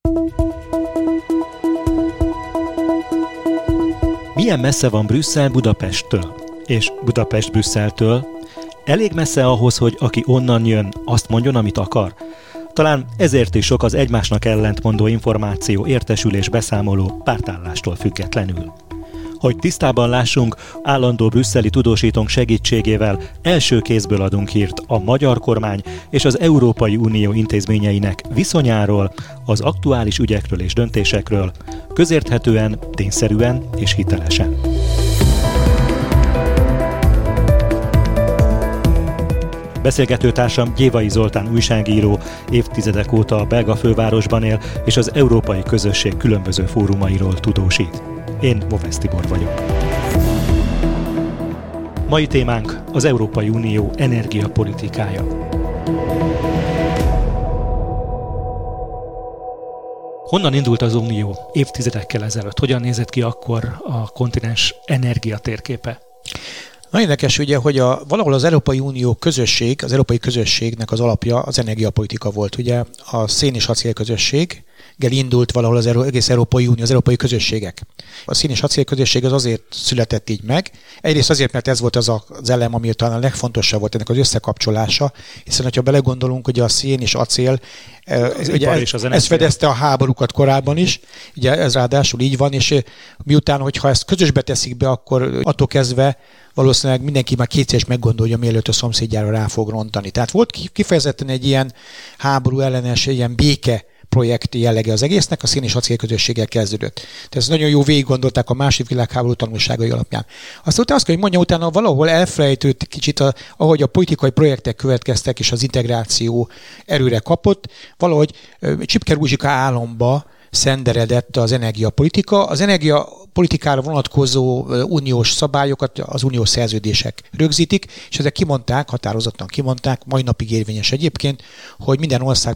Milyen messze van Brüsszel Budapesttől? És Budapest Brüsszeltől? Elég messze ahhoz, hogy aki onnan jön, azt mondjon, amit akar? Talán ezért is sok az egymásnak ellentmondó információ, értesülés, beszámoló pártállástól függetlenül. Hogy tisztában lássunk, állandó brüsszeli tudósítónk segítségével első kézből adunk hírt a magyar kormány és az Európai Unió intézményeinek viszonyáról, az aktuális ügyekről és döntésekről, közérthetően, tényszerűen és hitelesen. Beszélgetőtársam Gyévai Zoltán újságíró, évtizedek óta a belga fővárosban él, és az európai közösség különböző fórumairól tudósít. Én Movesz Tibor vagyok. Mai témánk az Európai Unió energiapolitikája. Honnan indult az Unió évtizedekkel ezelőtt? Hogyan nézett ki akkor a kontinens energiatérképe? Nagyon érdekes ugye, hogy valahol az Európai Unió közösség, az európai közösségnek az alapja az energiapolitika volt. Ugye a szén és acél közösséggel indult valahol az egész Európai Unió, az európai közösségek. A szén és acél közösség az azért született így meg. Egyrészt azért, mert ez volt az elem, ami talán a legfontosabb volt ennek az összekapcsolása, hiszen ha belegondolunk, hogy a szén és acél ez fedezte a háborúkat korábban is, ugye ez ráadásul így van, és miután, hogyha ezt közösbe teszik be, akkor attól kezdve valószínűleg mindenki már kétszer is meggondolja, mielőtt a szomszédjára rá fog rontani. Tehát volt kifejezetten egy ilyen háború ellenes, ilyen béke projekt jellege az egésznek, a szén és acél közösséggel kezdődött. Tehát ezt nagyon jó végig gondolták a második világháború tanulságai alapján. Aztán azt kell, hogy mondjam, utána valahol elfelejtődött kicsit, ahogy a politikai projektek következtek, és az integráció erőre kapott, valahogy Csipke Ruzsika álomba szenderedett az energiapolitika. Az energiapolitikára vonatkozó uniós szabályokat az uniós szerződések rögzítik, és ezek határozottan kimondták, mai napig érvényes egyébként, hogy minden ország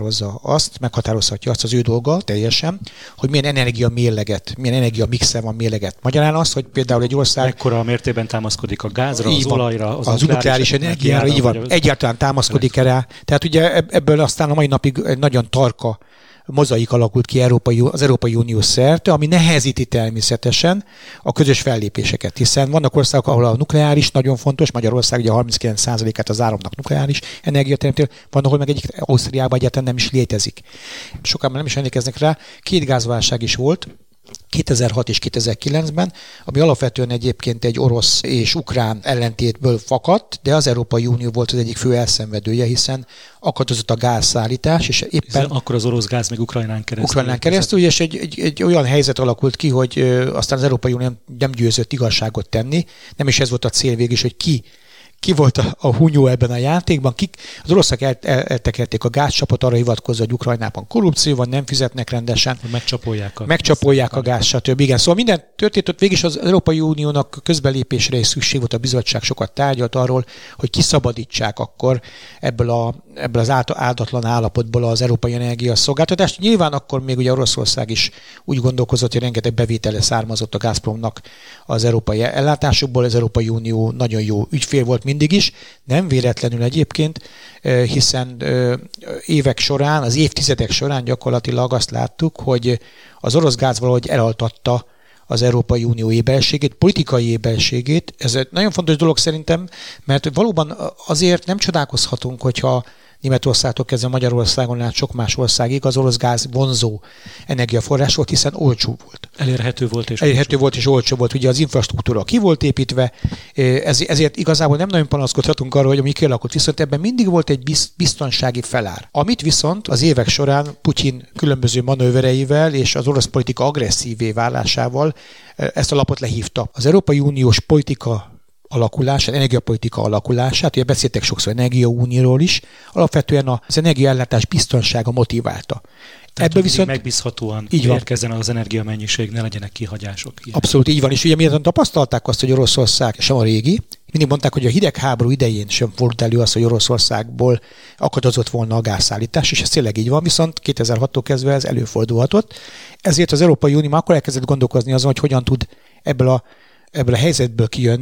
meghatározhatja azt az ő dolga teljesen, hogy milyen energiamérleget, milyen energiamixer van mérleget. Magyarán az, hogy például egy ország... Mekkora mértékben támaszkodik a gázra, az olajra, az nukleáris energiára, így van. Egyáltalán támaszkodik erre. Tehát ugye ebből aztán a mai napig egy nagyon tarka mozaik alakult ki az Európai Unió szerte, ami nehezíti természetesen a közös fellépéseket, hiszen vannak országok, ahol a nukleáris nagyon fontos, Magyarország ugye 39%-át az áramnak nukleáris energiateremtő, van, ahol meg egyik Ausztriában egyáltalán nem is létezik. Sokan már nem is emlékeznek rá, 2 gázválság is volt, 2006 és 2009-ben, ami alapvetően egyébként egy orosz és ukrán ellentétből fakadt, de az Európai Unió volt az egyik fő elszenvedője, hiszen akadozott a gázszállítás, és éppen... Hiszen akkor az orosz gáz még Ukrajnán keresztül. És egy olyan helyzet alakult ki, hogy aztán az Európai Unió nem győzött igazságot tenni, nem is ez volt a cél végig is, hogy ki volt a hunyó ebben a játékban, az oroszok eltekerték a gázcsapot, arra hivatkozva, hogy Ukrajnában korrupció van, nem fizetnek rendesen. Megcsapolják a gáz, stb. Igen. Szóval minden történt, ott végig az Európai Uniónak közbelépésre is szükség volt, a bizottság sokat tárgyalt arról, hogy kiszabadítsák akkor ebből az áldatlan állapotból az európai energiaszolgáltatást. Nyilván akkor még ugye Oroszország is úgy gondolkozott, hogy rengeteg bevétele származott a Gazpromnak az európai ellátásokból, az Európai Unió nagyon jó ügyfél volt mindig is, nem véletlenül egyébként, hiszen évek során, az évtizedek során gyakorlatilag azt láttuk, hogy az orosz gáz valahogy elaltatta az Európai Unió éberségét, politikai éberségét. Ez egy nagyon fontos dolog szerintem, mert valóban azért nem csodálkozhatunk, hogyha Németországtól kezdve Magyarországon át sok más országig az orosz gáz vonzó energiaforrás volt, hiszen olcsó volt. Elérhető volt és olcsó volt. Ugye az infrastruktúra ki volt építve, ezért igazából nem nagyon panaszkodhatunk arra, hogy ami kialakult, viszont ebben mindig volt egy biztonsági felár. Amit viszont az évek során Putyin különböző manővereivel és az orosz politika agresszívé válásával ezt a lapot lehívta. Az Európai Uniós politika alakulását, energiapolitika alakulását, ugye beszéltek sokszor energiaunióról is, alapvetően az energiaellátás biztonsága motiválta. Tehát, ebből viszont megbízhatóan érkezzen az energiamennyiség, ne legyenek kihagyások. Abszolút így van, és ugye miért tapasztalták azt, hogy Oroszország sem a régi, mindig mondták, hogy a hidegháború idején sem fordult elő az, hogy Oroszországból akadozott volna a gázszállítás, és ez tényleg így van, viszont 2006-tól kezdve ez előfordulhatott. Ezért az Európai Unió akkor elkezdett gondolkozni azon, hogy hogyan tud ebből a helyzetből kijönni,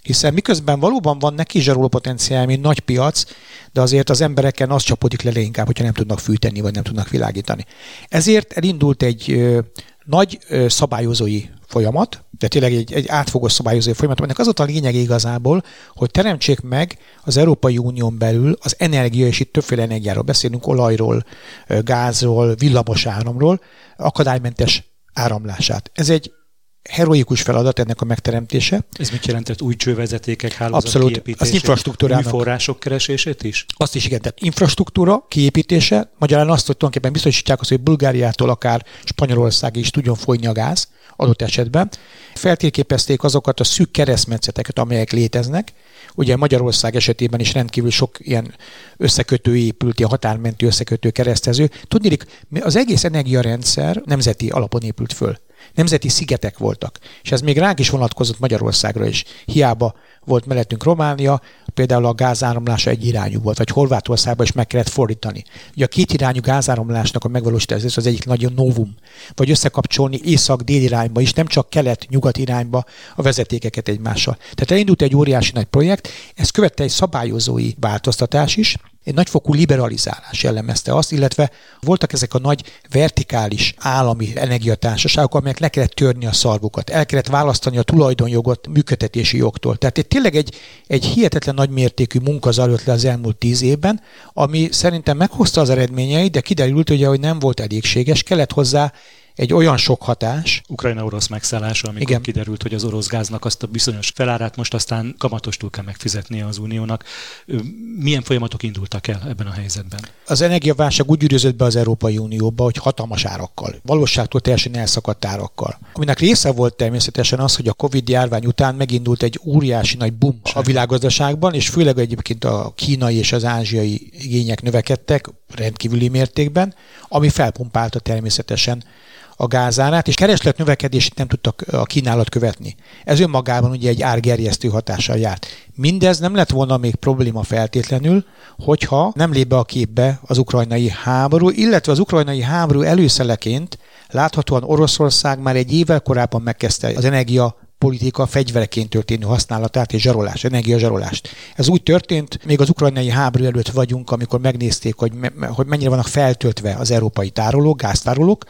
Hiszen miközben valóban van neki zsaroló potenciál, mint nagy piac, de azért az embereken az csapódik le inkább, hogyha nem tudnak fűteni, vagy nem tudnak világítani. Ezért elindult egy nagy szabályozói folyamat, de tényleg egy átfogó szabályozói folyamat, aminek az volt a lényeg igazából, hogy teremtsék meg az Európai Unión belül az energia, és itt többféle energiáról beszélünk, olajról, gázról, villamos áramról, akadálymentes áramlását. Ez egy heroikus feladat ennek a megteremtése. Ez mit jelentett? Új csővezetékek, hálózat kiépítését, az infrastruktúrának. Új források keresését is? Azt is igen, tehát infrastruktúra kiépítése, magyarán azt, hogy tulajdonképpen biztosítják azt, hogy Bulgáriától akár Spanyolország is tudjon folyni a gáz adott esetben. Feltérképezték azokat a szűk keresztmetszeteket, amelyek léteznek. Ugye Magyarország esetében is rendkívül sok ilyen összekötő épült, ilyen határmenti összekötő keresztező. Tudniillik, az egész energiarendszer nemzeti alapon épült föl. Nemzeti szigetek voltak. És ez még ránk is vonatkozott Magyarországra is. Hiába volt mellettünk Románia, például a gázáramlása egy irányú volt, vagy Horvátországban is meg kellett fordítani. Ugye a kétirányú gázáramlásnak a megvalósítása az egyik nagyon novum. Vagy összekapcsolni észak-dél irányba is, nem csak kelet-nyugat irányba a vezetékeket egymással. Tehát elindult egy óriási nagy projekt, ez követte egy szabályozói változtatás is, egy nagyfokú liberalizálás jellemezte azt, illetve voltak ezek a nagy vertikális állami energiatársaságok, amelyek le kellett törni a szarvukat, el kellett választani a tulajdonjogot működtetési jogtól. Tehát itt tényleg egy hihetetlen nagy mértékű munka zajlott le az elmúlt 10 évben, ami szerintem meghozta az eredményeit, de kiderült ugye, hogy nem volt elégséges, kellett hozzá egy olyan sok hatás. Ukrajna orosz megszállása, amikor igen, kiderült, hogy az orosz gáznak azt a bizonyos felárát most aztán kamatostul kell megfizetnie az Uniónak. Milyen folyamatok indultak el ebben a helyzetben? Az energiaválság úgy üldözött be az Európai Unióba, hogy hatalmas árakkal, valóságtól teljesen elszakadt árakkal. Aminek része volt természetesen az, hogy a Covid-járvány után megindult egy óriási nagy boom a világgazdaságban, és főleg egyébként a kínai és az ázsiai igények növekedtek rendkívüli mértékben, ami felpumpálta természetesen a gázárát, és kereslet növekedését nem tudtak a kínálat követni. Ez önmagában ugye egy árgerjesztő hatással járt. Mindez nem lett volna még probléma feltétlenül, hogyha nem lép be a képbe az ukrajnai háború, illetve az ukrajnai háború előszeleként láthatóan Oroszország már egy évvel korábban megkezdte az energiapolitika fegyvereként történő használatát és energiazsarolást. Ez úgy történt, még az ukrajnai háború előtt vagyunk, amikor megnézték, hogy mennyire vannak feltöltve az európai tárolók, gáztárolók,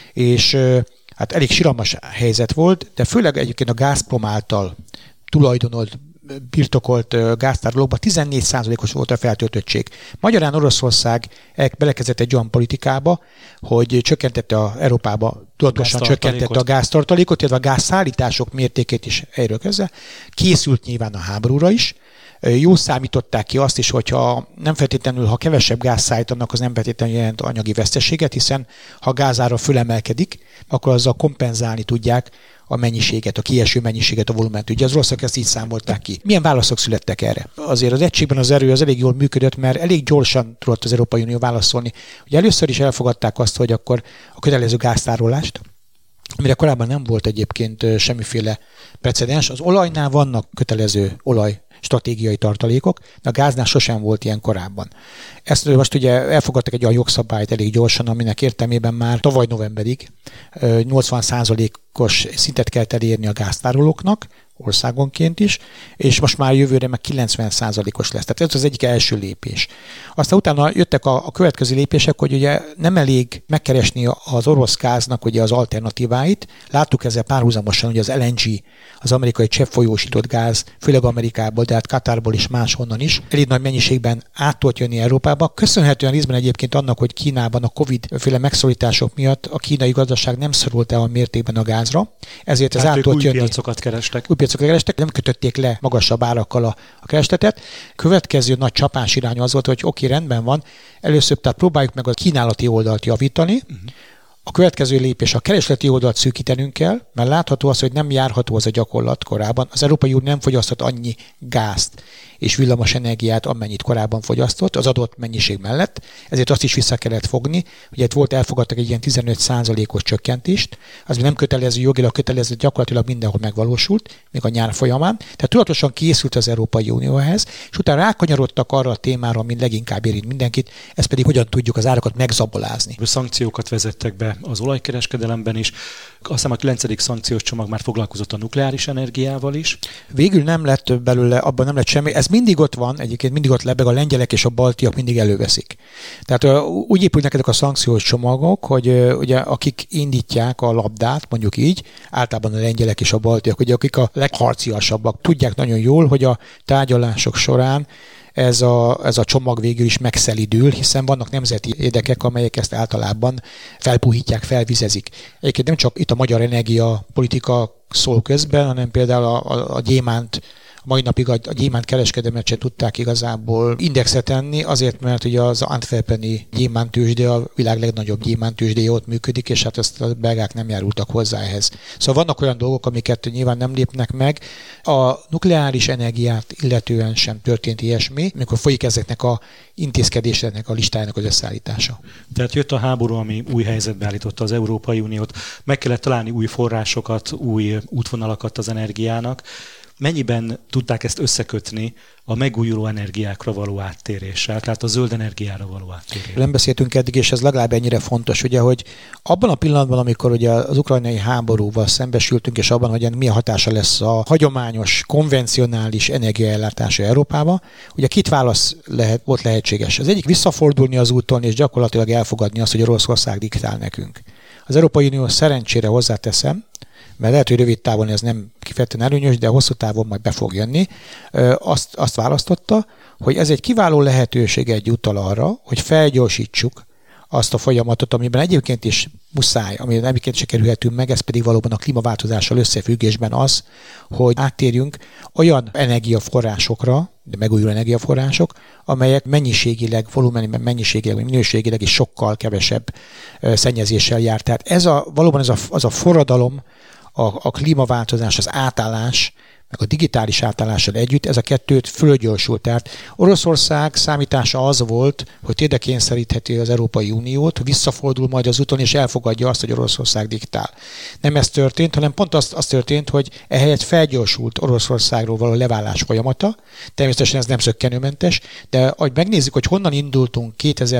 és hát elég siralmas helyzet volt, de főleg egyébként a Gazprom által tulajdonolt, birtokolt gáztárolókban 14%-os volt a feltöltöttség. Magyarán Oroszország belekezdett egy olyan politikába, hogy csökkentette Európába, tudatosan csökkentette a gáztartalékot, illetve a gázszállítások mértékét is erről kezdve. Készült nyilván a háborúra is. Jó számították ki azt is, hogyha nem feltétlenül, ha kevesebb gáz szállítanak, az nem feltétlenül jelent anyagi veszteséget, hiszen ha a gázára fölemelkedik, akkor azzal kompenzálni tudják a mennyiséget, a kieső mennyiséget, a volument. Ugye az oroszok ezt így számolták ki. Milyen válaszok születtek erre? Azért az egységben az erő az elég jól működött, mert elég gyorsan tudott az Európai Unió válaszolni. Ugye először is elfogadták azt, hogy akkor a kötelező gáztárolást, amire korábban nem volt egyébként semmiféle precedens. Az olajnál vannak kötelező stratégiai tartalékok, de a gáznál sosem volt ilyen korábban. Ezt most ugye elfogadtak egy olyan jogszabályt elég gyorsan, aminek értelmében már tavaly novemberig 80%-os szintet kell elérni a gáztárolóknak, országonként is, és most már jövőre meg 90%-os lesz. Tehát ez az egyik első lépés. Aztán utána jöttek a következő lépések, hogy ugye nem elég megkeresni az orosz gáznak ugye az alternatíváit. Láttuk ezzel párhuzamosan, hogy az LNG, az amerikai cseppfolyósított gáz, főleg Amerikából, de hát Katárból is máshonnan is, elég nagy mennyiségben át tudott jönni Európába. Köszönhetően részben egyébként annak, hogy Kínában a Covid-féle megszorítások miatt a kínai gazdaság nem szorult el a mértékben a gázra, ezért ez át tudott jönni. Piacokat kerestek. Nem kötötték le magasabb árakkal a keresletet. Következő nagy csapás irányú az volt, hogy oké, rendben van, először tehát próbáljuk meg a kínálati oldalt javítani. A következő lépés a keresleti oldalt szűkítenünk kell, mert látható az, hogy nem járható az a gyakorlat korábban. Az Európai Unió nem fogyasztott annyi gázt és villamos energiát, amennyit korábban fogyasztott az adott mennyiség mellett, ezért azt is vissza kellett fogni. Ugye itt elfogadtak egy ilyen 15%-os csökkentést, az nem kötelező, jogilag kötelező, gyakorlatilag mindenhol megvalósult, még a nyár folyamán. Tehát tudatosan készült az Európai Unió ehhez, és utána rákanyarodtak arra a témára, ami leginkább érint mindenkit, ez pedig hogyan tudjuk az árakat megzabolázni. Szankciókat vezettek be az olajkereskedelemben is. Azt hiszem a 9. szankciós csomag már foglalkozott a nukleáris energiával is. Végül nem lett belőle, abban nem lett semmi. Ez mindig ott van, egyébként mindig ott lebeg, a lengyelek és a baltiak mindig előveszik. Tehát úgy épülnek ezek a szankciós csomagok, hogy ugye akik indítják a labdát, mondjuk így, általában a lengyelek és a baltiak, ugye akik a legharciasabbak, tudják nagyon jól, hogy a tárgyalások során ez a csomag végül is megszelidül, hiszen vannak nemzeti érdekek, amelyek ezt általában felpuhítják, felvizezik. Egyébként nem csak itt a magyar energiapolitika szól közben, hanem például a gyémánt, mai napig a gyémánt kereskedelmet se tudták igazából indexre tenni, azért, mert ugye az antwerpeni gyémántőzsde a világ legnagyobb gyémántőzsdéje ott működik, és hát ezt a belgák nem járultak hozzá ehhez. Szóval vannak olyan dolgok, amiket nyilván nem lépnek meg. A nukleáris energiát illetően sem történt ilyesmi, amikor folyik ezeknek a intézkedéseknek a listájának az összeállítása. Tehát jött a háború, ami új helyzetbe állította az Európai Uniót. Meg kellett találni új forrásokat, új útvonalakat az energiának. Mennyiben tudták ezt összekötni a megújuló energiákra való áttéréssel, tehát a zöld energiára való áttéréssel? Nem beszéltünk eddig, és ez legalább ennyire fontos, ugye, hogy abban a pillanatban, amikor ugye az ukrajnai háborúval szembesültünk, és abban, hogy milyen hatása lesz a hagyományos, konvencionális energiaellátása Európába, ugye két válasz volt lehetséges. Az egyik visszafordulni az úton, és gyakorlatilag elfogadni azt, hogy Oroszország diktál nekünk. Az Európai Unió szerencsére hozzáteszem, mert lehet, hogy rövid távon ez nem kifejezetten előnyös, de hosszú távon majd be fog jönni. Azt választotta, hogy ez egy kiváló lehetőség egyúttal arra, hogy felgyorsítsuk azt a folyamatot, amiben egyébként is muszáj, amiben egyébként se kerülhetünk meg, ez pedig valóban a klímaváltozással összefüggésben az, hogy áttérjünk olyan energiaforrásokra, de megújuló energiaforrások, amelyek mennyiségileg, volumenben mennyiségileg, vagy minőségileg is sokkal kevesebb szennyezéssel jár. Tehát valóban az a forradalom, a klímaváltozás, az átállás, meg a digitális átállással együtt ez a kettőt fölgyorsult. Tehát Oroszország számítása az volt, hogy térdekényszerítheti az Európai Uniót, visszafordul majd az úton, és elfogadja azt, hogy Oroszország diktál. Nem ez történt, hanem pont az történt, hogy ehelyett felgyorsult Oroszországról való leválás folyamata. Természetesen ez nem zökkenőmentes, de ahogy megnézzük, hogy honnan indultunk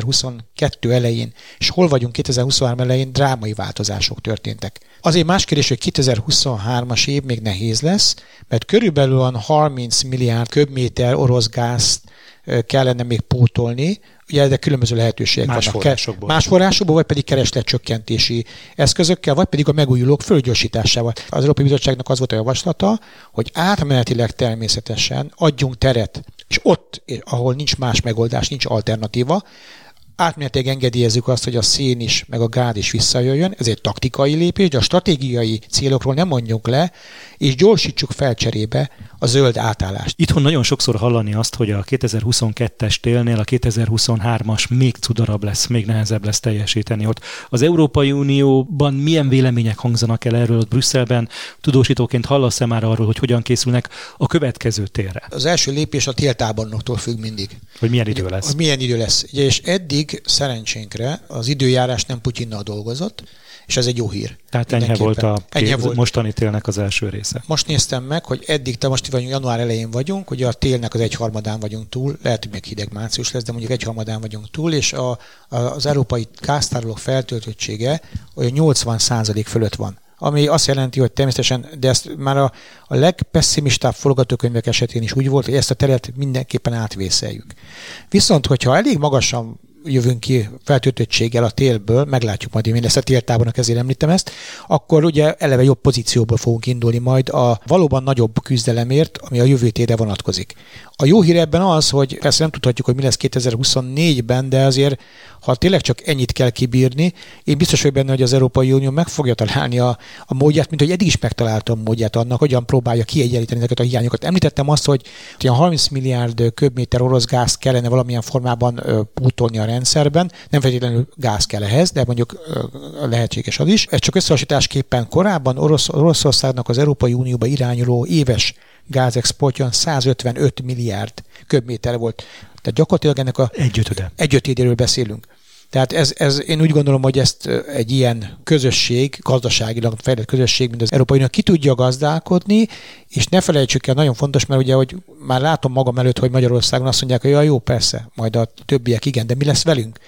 2022 elején, és hol vagyunk 2023 elején, drámai változások történtek. Azért más kérdés, hogy 2023-as év még nehéz lesz, mert körülbelül 30 milliárd köbméter orosz gázt kellene még pótolni, ugye de különböző lehetőségek vannak. Más forrásokból, vagy pedig keresletcsökkentési eszközökkel, vagy pedig a megújulók fölgyorsításával. Az Európai Bizottságnak az volt a javaslata, hogy átmenetileg természetesen adjunk teret, és ott, ahol nincs más megoldás, nincs alternatíva, átmenetileg engedélyezzük azt, hogy a szén is, meg a gáz is visszajöjjön, ez egy taktikai lépés, de a stratégiai célokról nem mondjunk le, és gyorsítsuk fel cserébe a zöld átállást. Itthon nagyon sokszor hallani azt, hogy a 2022-es télnél a 2023-as még cudarabb lesz, még nehezebb lesz teljesíteni. Ott az Európai Unióban milyen vélemények hangzanak el erről, ott Brüsszelben? Tudósítóként hallasz-e már arról, hogy hogyan készülnek a következő télre? Az első lépés a téltábornoktól függ mindig. Hogy milyen idő lesz. Hogy milyen idő lesz. Ugye, és eddig szerencsénkre az időjárás nem Putyinnal dolgozott, és ez egy jó hír. Tehát enyhe volt a mostani télnek az első része. Most néztem meg, hogy eddig, most vagyunk, január elején vagyunk, ugye a télnek az 1/3 vagyunk túl, lehet, hogy még hideg március lesz, de mondjuk 1/3 vagyunk túl, és az európai gáztárolók feltöltöttsége olyan 80% fölött van. Ami azt jelenti, hogy természetesen, de ezt már a legpesszimistább forgatókönyvek esetén is úgy volt, hogy ezt a teret mindenképpen átvészeljük. Viszont, hogyha elég magasan jövünk ki feltöltöttséggel a télből, meglátjuk majd, én ezt a téltábornak, ezért említem ezt, akkor ugye eleve jobb pozícióból fogunk indulni majd a valóban nagyobb küzdelemért, ami a jövő télre vonatkozik. A jó hír ebben az, hogy persze nem tudhatjuk, hogy mi lesz 2024-ben, de azért, ha tényleg csak ennyit kell kibírni, én biztos vagyok benne, hogy az Európai Unió meg fogja találni a módját, mint hogy eddig is megtaláltam módját annak, hogyan próbálja kiegyenlíteni ezeket a hiányokat. Említettem azt, hogy olyan 30 milliárd köbméter orosz gázt kellene valamilyen formában pótolni a rendszerben. Nem feltétlenül gáz kell ehhez, de mondjuk lehetséges az is. Ez csak összehasonlításképpen korábban Oroszországnak az Európai Unióba irányuló éves gázexportja 155 milliárd köbméter volt. Tehát gyakorlatilag ennek a egyötödéről beszélünk. Tehát én úgy gondolom, hogy ezt egy ilyen közösség, gazdaságilag fejlett közösség, mint az Európai Unió ki tudja gazdálkodni, és ne felejtsük el, nagyon fontos, mert ugye, hogy már látom magam előtt, hogy Magyarországon azt mondják, hogy jó, persze, majd a többiek igen, de mi lesz velünk?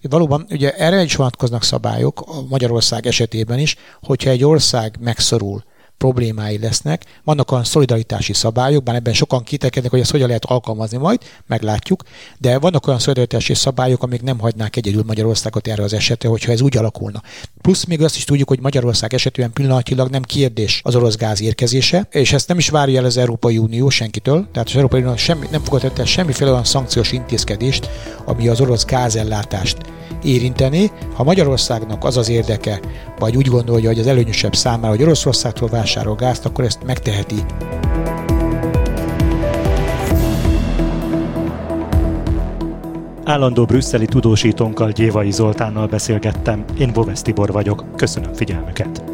Valóban ugye erre is vonatkoznak szabályok a Magyarország esetében is, hogyha egy ország megszorul, problémái lesznek. Vannak olyan szolidaritási szabályok, bár ebben sokan kitekednek, hogy ezt hogyan lehet alkalmazni majd, meglátjuk, de vannak olyan szolidaritási szabályok, amik nem hagynák egyedül Magyarországot erre az esetre, hogyha ez úgy alakulna. Plusz még azt is tudjuk, hogy Magyarország esetében pillanatilag nem kérdés az orosz gáz érkezése, és ezt nem is várja el az Európai Unió senkitől, tehát az Európai Unió nem fogadott el semmiféle olyan szankciós intézkedést, ami az orosz gázellátást érinteni. Ha Magyarországnak az az érdeke, vagy úgy gondolja, hogy az előnyösebb számára, hogy Oroszországtól vásárol gázt, akkor ezt megteheti. Állandó brüsszeli tudósítónkkal, Gyévai Zoltánnal beszélgettem. Én Bovesz Tibor vagyok. Köszönöm figyelmüket!